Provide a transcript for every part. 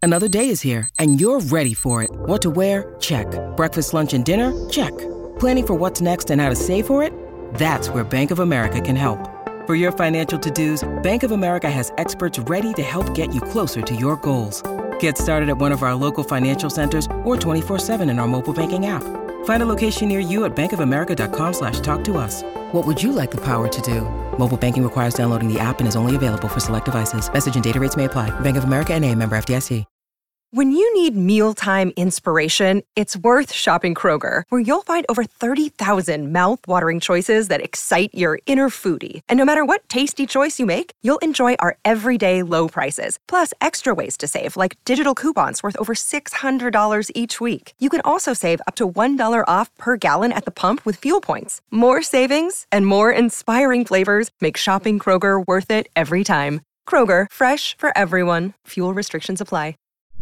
Another day is here, and you're ready for it. What to wear? Check. Breakfast, lunch, and dinner? Check. Planning for what's next and how to save for it? That's where Bank of America can help. For your financial to-dos, Bank of America has experts ready to help get you closer to your goals. Get started at one of our local financial centers or 24/7 in our mobile banking app. Find a location near you at bankofamerica.com/talktous. What would you like the power to do? Mobile banking requires downloading the app and is only available for select devices. Message and data rates may apply. Bank of America N.A., member FDIC. When you need mealtime inspiration, it's worth shopping Kroger, where you'll find over 30,000 mouth-watering choices that excite your inner foodie. And no matter what tasty choice you make, you'll enjoy our everyday low prices, plus extra ways to save, like digital coupons worth over $600 each week. You can also save up to $1 off per gallon at the pump with fuel points. More savings and more inspiring flavors make shopping Kroger worth it every time. Kroger, fresh for everyone. Fuel restrictions apply.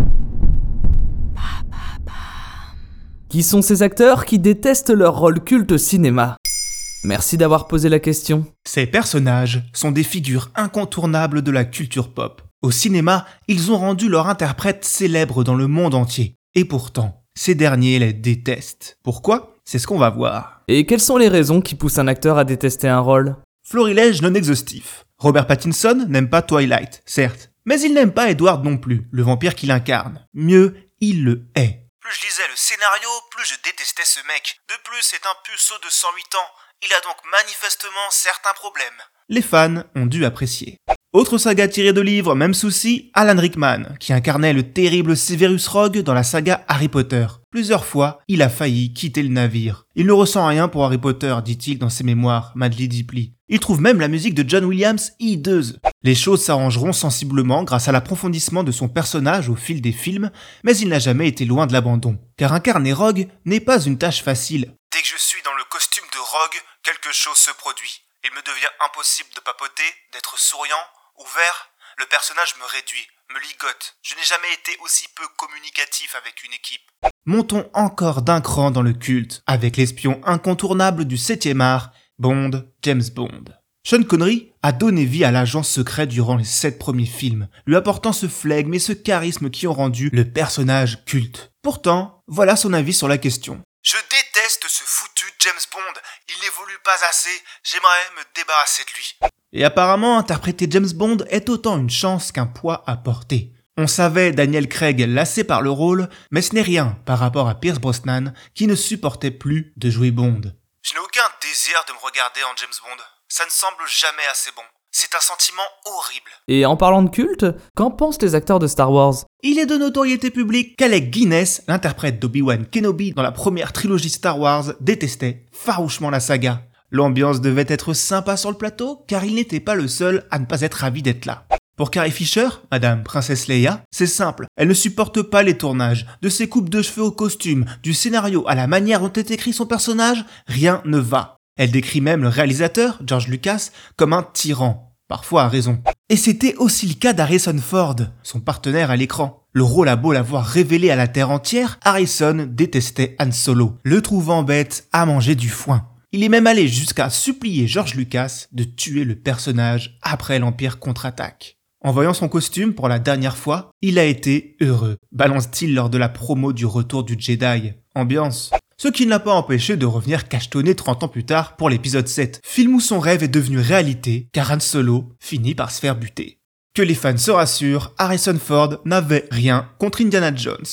Qui sont ces acteurs qui détestent leur rôle culte au cinéma ? Merci d'avoir posé la question. Ces personnages sont des figures incontournables de la culture pop. Au cinéma, ils ont rendu leurs interprètes célèbres dans le monde entier. Et pourtant, ces derniers les détestent. Pourquoi ? C'est ce qu'on va voir. Et quelles sont les raisons qui poussent un acteur à détester un rôle ? Florilège non exhaustif. Robert Pattinson n'aime pas Twilight, certes. Mais il n'aime pas Edward non plus, le vampire qu'il incarne. Mieux, il le hait. Plus je lisais le scénario, plus je détestais ce mec. De plus, c'est un puceau de 108 ans. Il a donc manifestement certains problèmes. Les fans ont dû apprécier. Autre saga tirée de livres, même souci, Alan Rickman, qui incarnait le terrible Severus Rogue dans la saga Harry Potter. Plusieurs fois, il a failli quitter le navire. Il ne ressent rien pour Harry Potter, dit-il dans ses mémoires, Madly Deeply. Il trouve même la musique de John Williams hideuse. Les choses s'arrangeront sensiblement grâce à l'approfondissement de son personnage au fil des films, mais il n'a jamais été loin de l'abandon. Car incarner Rogue n'est pas une tâche facile. Dès que je suis dans le costume de Rogue, quelque chose se produit. Il me devient impossible de papoter, d'être souriant, ouvert. Le personnage me réduit, me ligote. Je n'ai jamais été aussi peu communicatif avec une équipe. Montons encore d'un cran dans le culte, avec l'espion incontournable du 7e art, Bond, James Bond. Sean Connery a donné vie à l'agent secret durant les 7 premiers films, lui apportant ce flegme et ce charisme qui ont rendu le personnage culte. Pourtant, voilà son avis sur la question. Je déteste ce foutu James Bond. Il n'évolue pas assez. J'aimerais me débarrasser de lui. Et apparemment, interpréter James Bond est autant une chance qu'un poids à porter. On savait Daniel Craig lassé par le rôle, mais ce n'est rien par rapport à Pierce Brosnan qui ne supportait plus de jouer Bond. Je n'ai aucun désir de me regarder en James Bond. Ça ne semble jamais assez bon. C'est un sentiment horrible. Et en parlant de culte, qu'en pensent les acteurs de Star Wars ? Il est de notoriété publique qu'Alec Guinness, l'interprète d'Obi-Wan Kenobi dans la première trilogie Star Wars, détestait farouchement la saga. L'ambiance devait être sympa sur le plateau, car il n'était pas le seul à ne pas être ravi d'être là. Pour Carrie Fisher, Madame Princesse Leia, c'est simple, elle ne supporte pas les tournages. De ses coupes de cheveux au costume, du scénario à la manière dont est écrit son personnage, rien ne va. Elle décrit même le réalisateur, George Lucas, comme un tyran. Parfois à raison. Et c'était aussi le cas d'Harrison Ford, son partenaire à l'écran. Le rôle a beau l'avoir révélé à la terre entière, Harrison détestait Han Solo, le trouvant bête à manger du foin. Il est même allé jusqu'à supplier George Lucas de tuer le personnage après l'Empire contre-attaque. En voyant son costume pour la dernière fois, il a été heureux, balance-t-il lors de la promo du Retour du Jedi. Ambiance. Ce qui ne l'a pas empêché de revenir cachetonner 30 ans plus tard pour l'épisode 7, film où son rêve est devenu réalité, car Han Solo finit par se faire buter. Que les fans se rassurent, Harrison Ford n'avait rien contre Indiana Jones.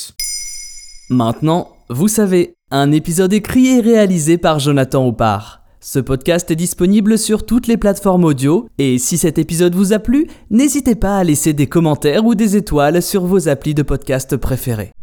Maintenant, vous savez, un épisode écrit et réalisé par Jonathan Oppard. Ce podcast est disponible sur toutes les plateformes audio, et si cet épisode vous a plu, n'hésitez pas à laisser des commentaires ou des étoiles sur vos applis de podcast préférés.